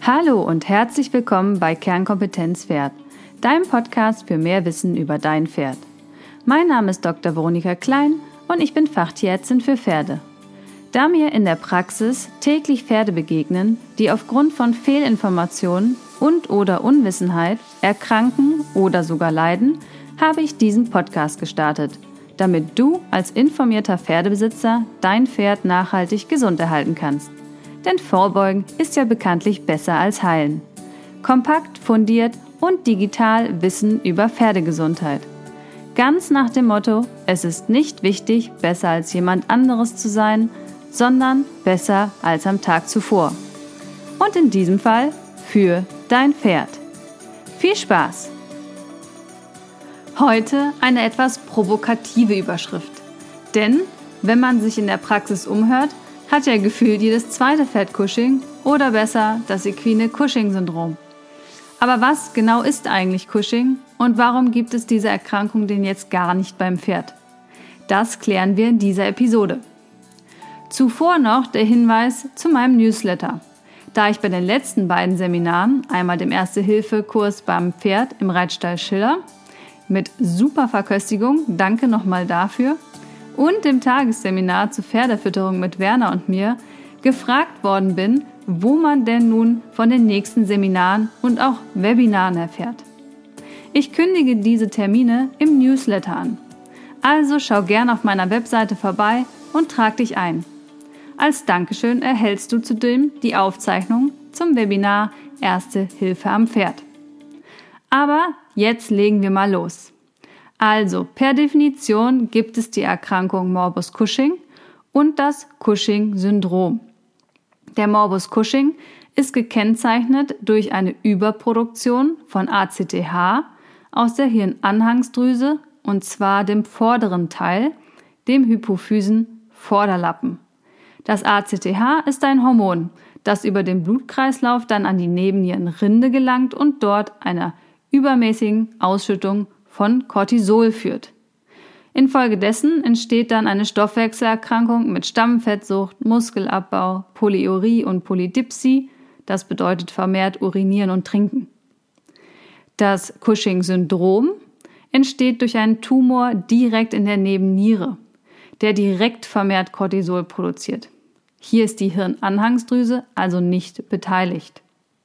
Hallo und herzlich willkommen bei Kernkompetenz Pferd, deinem Podcast für mehr Wissen über dein Pferd. Mein Name ist Dr. Veronika Klein und ich bin Fachtierärztin für Pferde. Da mir in der Praxis täglich Pferde begegnen, die aufgrund von Fehlinformationen und/oder Unwissenheit erkranken oder sogar leiden, habe ich diesen Podcast gestartet, damit du als informierter Pferdebesitzer dein Pferd nachhaltig gesund erhalten kannst. Denn Vorbeugen ist ja bekanntlich besser als Heilen. Kompakt, fundiert und digital Wissen über Pferdegesundheit. Ganz nach dem Motto, es ist nicht wichtig, besser als jemand anderes zu sein, sondern besser als am Tag zuvor. Und in diesem Fall für dein Pferd. Viel Spaß! Heute eine etwas provokative Überschrift. Denn wenn man sich in der Praxis umhört, hat ja gefühlt jedes zweite Pferd Cushing oder besser das equine Cushing-Syndrom. Aber was genau ist eigentlich Cushing und warum gibt es diese Erkrankung denn jetzt gar nicht beim Pferd? Das klären wir in dieser Episode. Zuvor noch der Hinweis zu meinem Newsletter. Da ich bei den letzten beiden Seminaren, einmal dem Erste-Hilfe-Kurs beim Pferd im Reitstall Schiller mit super Verköstigung, danke nochmal dafür, und dem Tagesseminar zur Pferdefütterung mit Werner und mir gefragt worden bin, wo man denn nun von den nächsten Seminaren und auch Webinaren erfährt. Ich kündige diese Termine im Newsletter an. Also schau gern auf meiner Webseite vorbei und trag dich ein. Als Dankeschön erhältst du zudem die Aufzeichnung zum Webinar Erste Hilfe am Pferd. Aber jetzt legen wir mal los. Also, per Definition gibt es die Erkrankung Morbus Cushing und das Cushing-Syndrom. Der Morbus Cushing ist gekennzeichnet durch eine Überproduktion von ACTH aus der Hirnanhangsdrüse und zwar dem vorderen Teil, dem Hypophysen-Vorderlappen. Das ACTH ist ein Hormon, das über den Blutkreislauf dann an die Nebennierenrinde gelangt und dort einer übermäßigen Ausschüttung von Cortisol führt. Infolgedessen entsteht dann eine Stoffwechselerkrankung mit Stammfettsucht, Muskelabbau, Polyurie und Polydipsie, das bedeutet vermehrt urinieren und trinken. Das Cushing-Syndrom entsteht durch einen Tumor direkt in der Nebenniere, der direkt vermehrt Cortisol produziert. Hier ist die Hirnanhangsdrüse also nicht beteiligt.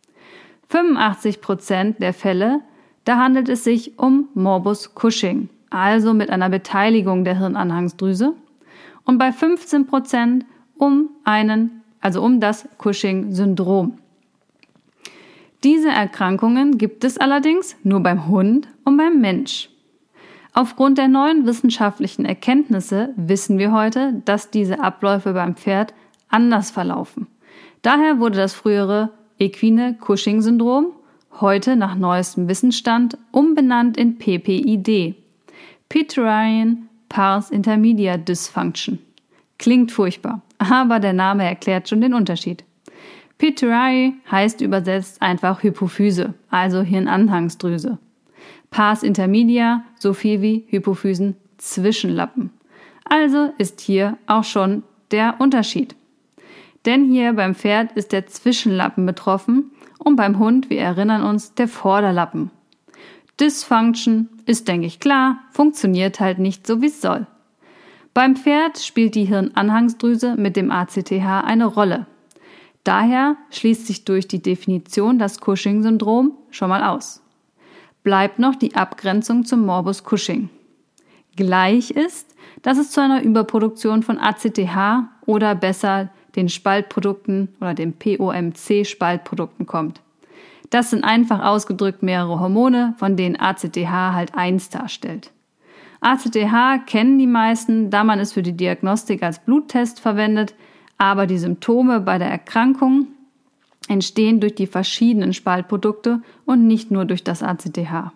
85% der Fälle, da handelt es sich um Morbus Cushing, also mit einer Beteiligung der Hirnanhangsdrüse, und bei 15% um das Cushing-Syndrom. Diese Erkrankungen gibt es allerdings nur beim Hund und beim Mensch. Aufgrund der neuen wissenschaftlichen Erkenntnisse wissen wir heute, dass diese Abläufe beim Pferd anders verlaufen. Daher wurde das frühere equine Cushing-Syndrom heute nach neuestem Wissensstand umbenannt in PPID, Pitt-Ryan Pars Intermedia Dysfunction. Klingt furchtbar, aber der Name erklärt schon den Unterschied. Pitt-Ryan heißt übersetzt einfach Hypophyse, also Hirnanhangsdrüse. Pars Intermedia so viel wie Hypophysen-Zwischenlappen. Also ist hier auch schon der Unterschied. Denn hier beim Pferd ist der Zwischenlappen betroffen und beim Hund, wir erinnern uns, der Vorderlappen. Dysfunction ist, denke ich, klar, funktioniert halt nicht so, wie es soll. Beim Pferd spielt die Hirnanhangsdrüse mit dem ACTH eine Rolle. Daher schließt sich durch die Definition das Cushing-Syndrom schon mal aus. Bleibt noch die Abgrenzung zum Morbus Cushing. Gleich ist, dass es zu einer Überproduktion von ACTH oder besser den Spaltprodukten oder den POMC-Spaltprodukten kommt. Das sind einfach ausgedrückt mehrere Hormone, von denen ACTH halt eins darstellt. ACTH kennen die meisten, da man es für die Diagnostik als Bluttest verwendet, aber die Symptome bei der Erkrankung entstehen durch die verschiedenen Spaltprodukte und nicht nur durch das ACTH.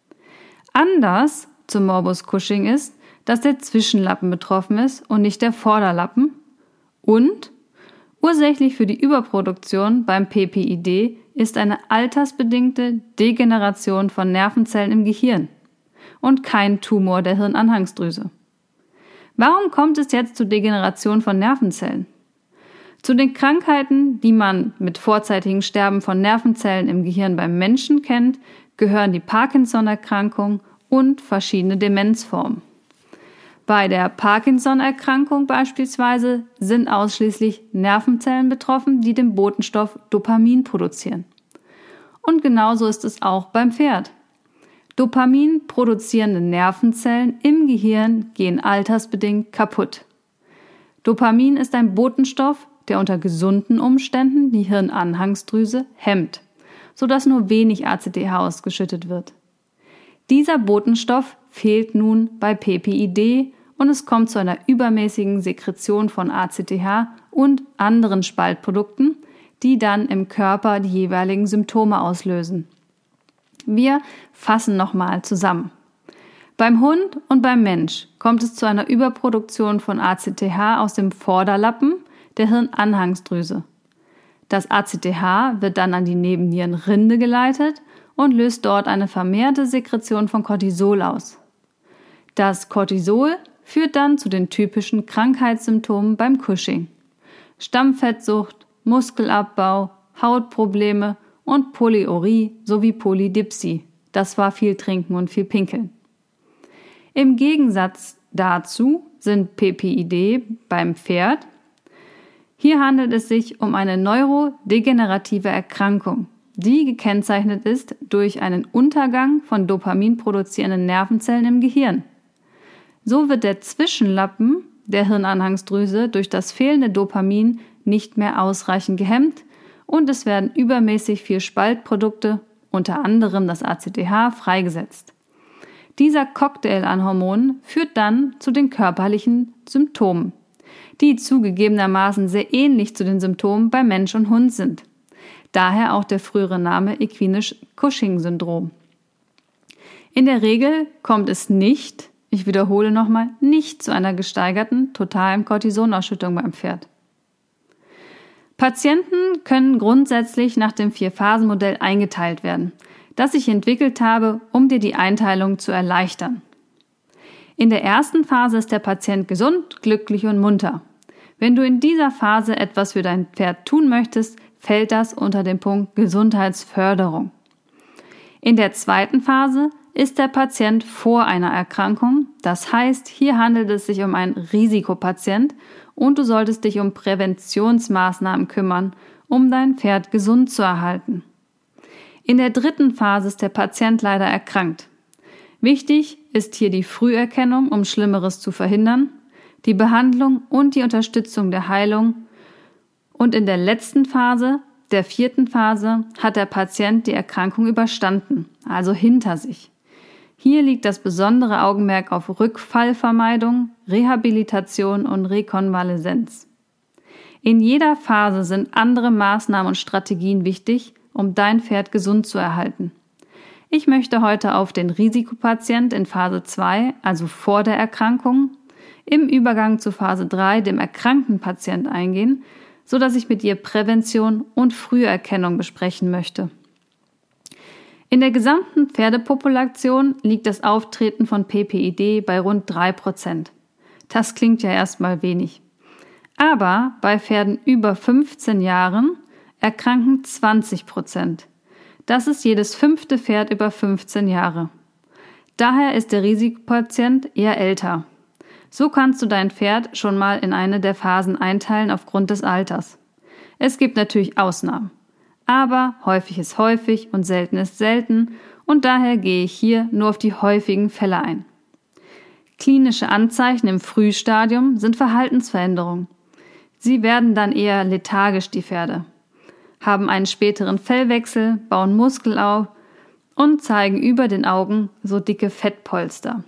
Anders zum Morbus Cushing ist, dass der Zwischenlappen betroffen ist und nicht der Vorderlappen und ursächlich für die Überproduktion beim PPID ist eine altersbedingte Degeneration von Nervenzellen im Gehirn und kein Tumor der Hirnanhangsdrüse. Warum kommt es jetzt zur Degeneration von Nervenzellen? Zu den Krankheiten, die man mit vorzeitigem Sterben von Nervenzellen im Gehirn beim Menschen kennt, gehören die Parkinson-Erkrankung und verschiedene Demenzformen. Bei der Parkinson-Erkrankung beispielsweise sind ausschließlich Nervenzellen betroffen, die den Botenstoff Dopamin produzieren. Und genauso ist es auch beim Pferd. Dopamin produzierende Nervenzellen im Gehirn gehen altersbedingt kaputt. Dopamin ist ein Botenstoff, der unter gesunden Umständen die Hirnanhangsdrüse hemmt, sodass nur wenig ACTH ausgeschüttet wird. Dieser Botenstoff fehlt nun bei PPID und es kommt zu einer übermäßigen Sekretion von ACTH und anderen Spaltprodukten, die dann im Körper die jeweiligen Symptome auslösen. Wir fassen nochmal zusammen. Beim Hund und beim Mensch kommt es zu einer Überproduktion von ACTH aus dem Vorderlappen der Hirnanhangsdrüse. Das ACTH wird dann an die Nebennierenrinde geleitet und löst dort eine vermehrte Sekretion von Cortisol aus. Das Cortisol führt dann zu den typischen Krankheitssymptomen beim Cushing: Stammfettsucht, Muskelabbau, Hautprobleme und Polyurie sowie Polydipsie. Das war viel Trinken und viel Pinkeln. Im Gegensatz dazu sind PPID beim Pferd. Hier handelt es sich um eine neurodegenerative Erkrankung, die gekennzeichnet ist durch einen Untergang von Dopamin produzierenden Nervenzellen im Gehirn. So wird der Zwischenlappen der Hirnanhangsdrüse durch das fehlende Dopamin nicht mehr ausreichend gehemmt und es werden übermäßig viel Spaltprodukte, unter anderem das ACTH, freigesetzt. Dieser Cocktail an Hormonen führt dann zu den körperlichen Symptomen, die zugegebenermaßen sehr ähnlich zu den Symptomen bei Mensch und Hund sind. Daher auch der frühere Name Equinisch-Cushing-Syndrom. In der Regel kommt es nicht, ich wiederhole nochmal, nicht zu einer gesteigerten totalen Cortisonausschüttung beim Pferd. Patienten können grundsätzlich nach dem 4-Phasen-Modell eingeteilt werden, das ich entwickelt habe, um dir die Einteilung zu erleichtern. In der ersten Phase ist der Patient gesund, glücklich und munter. Wenn du in dieser Phase etwas für dein Pferd tun möchtest, fällt das unter den Punkt Gesundheitsförderung. In der zweiten Phase ist der Patient vor einer Erkrankung, das heißt, hier handelt es sich um einen Risikopatient und du solltest dich um Präventionsmaßnahmen kümmern, um dein Pferd gesund zu erhalten. In der dritten Phase ist der Patient leider erkrankt. Wichtig ist hier die Früherkennung, um Schlimmeres zu verhindern, die Behandlung und die Unterstützung der Heilung. Und in der letzten Phase, der 4. Phase, hat der Patient die Erkrankung überstanden, also hinter sich. Hier liegt das besondere Augenmerk auf Rückfallvermeidung, Rehabilitation und Rekonvaleszenz. In jeder Phase sind andere Maßnahmen und Strategien wichtig, um dein Pferd gesund zu erhalten. Ich möchte heute auf den Risikopatient in Phase 2, also vor der Erkrankung, im Übergang zu Phase 3, dem erkrankten Patient, eingehen, sodass ich mit dir Prävention und Früherkennung besprechen möchte. In der gesamten Pferdepopulation liegt das Auftreten von PPID bei rund 3%. Das klingt ja erstmal wenig. Aber bei Pferden über 15 Jahren erkranken 20%. Das ist jedes 5. Pferd über 15 Jahre. Daher ist der Risikopatient eher älter. So kannst du dein Pferd schon mal in eine der Phasen einteilen aufgrund des Alters. Es gibt natürlich Ausnahmen. Aber häufig ist häufig und selten ist selten und daher gehe ich hier nur auf die häufigen Fälle ein. Klinische Anzeichen im Frühstadium sind Verhaltensveränderungen. Sie werden dann eher lethargisch, die Pferde, haben einen späteren Fellwechsel, bauen Muskel auf und zeigen über den Augen so dicke Fettpolster.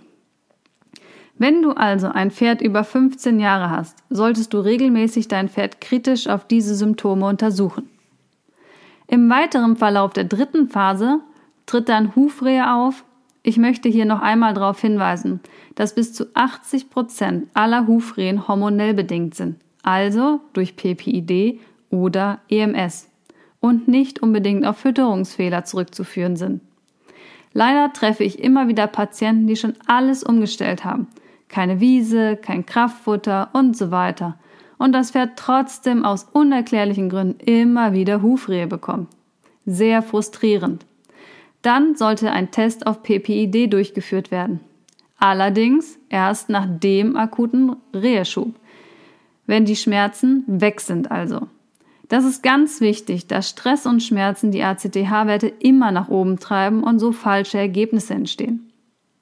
Wenn du also ein Pferd über 15 Jahre hast, solltest du regelmäßig dein Pferd kritisch auf diese Symptome untersuchen. Im weiteren Verlauf der 3. Phase tritt dann Hufrehe auf. Ich möchte hier noch einmal darauf hinweisen, dass bis zu 80% aller Hufrehen hormonell bedingt sind, also durch PPID oder EMS und nicht unbedingt auf Fütterungsfehler zurückzuführen sind. Leider treffe ich immer wieder Patienten, die schon alles umgestellt haben. Keine Wiese, kein Kraftfutter und so weiter. und das Pferd trotzdem aus unerklärlichen Gründen immer wieder Hufrehe bekommt. Sehr frustrierend. Dann sollte ein Test auf PPID durchgeführt werden. Allerdings erst nach dem akuten Reheschub, wenn die Schmerzen weg sind also. Das ist ganz wichtig, da Stress und Schmerzen die ACTH-Werte immer nach oben treiben und so falsche Ergebnisse entstehen.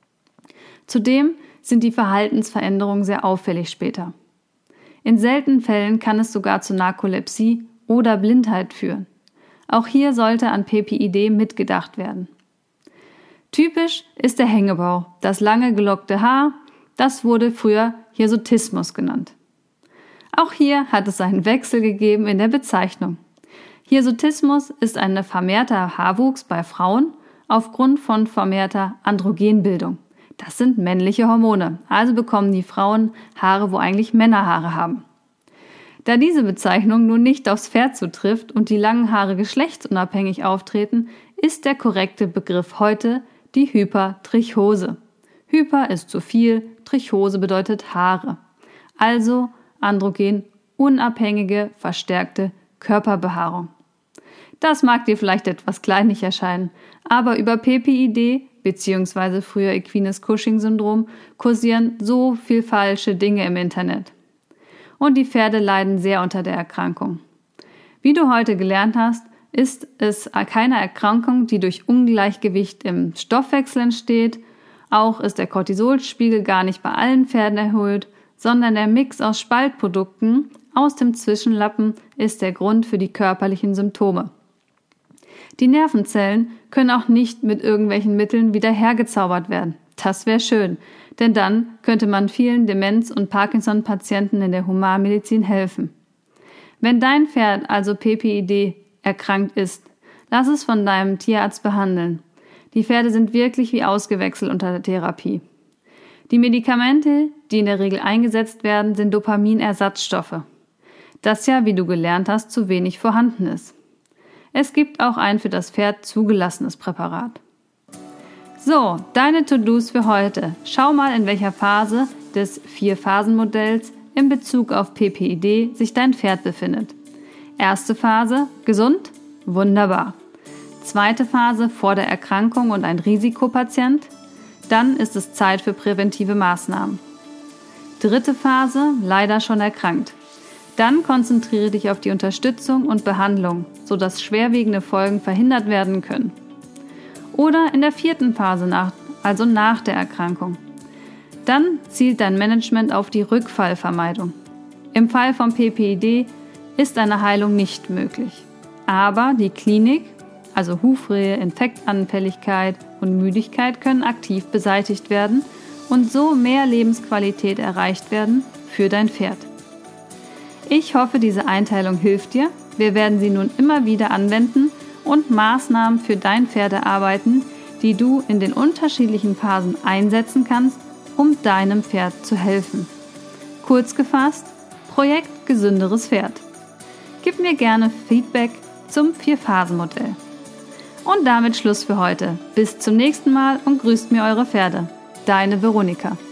Zudem sind die Verhaltensveränderungen sehr auffällig später. In seltenen Fällen kann es sogar zu Narkolepsie oder Blindheit führen. Auch hier sollte an PPID mitgedacht werden. Typisch ist der Hängebauch, das lange gelockte Haar, das wurde früher Hirsutismus genannt. Auch hier hat es einen Wechsel gegeben in der Bezeichnung. Hirsutismus ist ein vermehrter Haarwuchs bei Frauen aufgrund von vermehrter Androgenbildung. Das sind männliche Hormone, also bekommen die Frauen Haare, wo eigentlich Männer Haare haben. Da diese Bezeichnung nun nicht aufs Pferd zutrifft und die langen Haare geschlechtsunabhängig auftreten, ist der korrekte Begriff heute die Hypertrichose. Hyper ist zu viel, Trichose bedeutet Haare. Also androgen unabhängige, verstärkte Körperbehaarung. Das mag dir vielleicht etwas kleinlich erscheinen, aber über PPID bzw. früher Equines Cushing-Syndrom kursieren so viel falsche Dinge im Internet. Und die Pferde leiden sehr unter der Erkrankung. Wie du heute gelernt hast, ist es keine Erkrankung, die durch Ungleichgewicht im Stoffwechsel entsteht. Auch ist der Cortisolspiegel gar nicht bei allen Pferden erhöht, sondern der Mix aus Spaltprodukten aus dem Zwischenlappen ist der Grund für die körperlichen Symptome. Die Nervenzellen können auch nicht mit irgendwelchen Mitteln wieder hergezaubert werden. Das wäre schön, denn dann könnte man vielen Demenz- und Parkinson-Patienten in der Humanmedizin helfen. Wenn dein Pferd also PPID erkrankt ist, lass es von deinem Tierarzt behandeln. Die Pferde sind wirklich wie ausgewechselt unter der Therapie. Die Medikamente, die in der Regel eingesetzt werden, sind Dopaminersatzstoffe, das ja, wie du gelernt hast, zu wenig vorhanden ist. Es gibt auch ein für das Pferd zugelassenes Präparat. So, deine To-Dos für heute. Schau mal, in welcher Phase des 4-Phasen-Modells in Bezug auf PPID sich dein Pferd befindet. Erste Phase, gesund? Wunderbar. Zweite Phase, vor der Erkrankung und ein Risikopatient? Dann ist es Zeit für präventive Maßnahmen. Dritte Phase, leider schon erkrankt. Dann konzentriere dich auf die Unterstützung und Behandlung, sodass schwerwiegende Folgen verhindert werden können. Oder in der 4. Phase, also nach der Erkrankung. Dann zielt dein Management auf die Rückfallvermeidung. Im Fall von PPID ist eine Heilung nicht möglich. Aber die Klinik, also Hufrehe, Infektanfälligkeit und Müdigkeit können aktiv beseitigt werden und so mehr Lebensqualität erreicht werden für dein Pferd. Ich hoffe, diese Einteilung hilft dir. Wir werden sie nun immer wieder anwenden und Maßnahmen für dein Pferd erarbeiten, die du in den unterschiedlichen Phasen einsetzen kannst, um deinem Pferd zu helfen. Kurz gefasst, Projekt Gesünderes Pferd. Gib mir gerne Feedback zum 4-Phasen-Modell. Und damit Schluss für heute. Bis zum nächsten Mal und grüßt mir eure Pferde. Deine Veronika.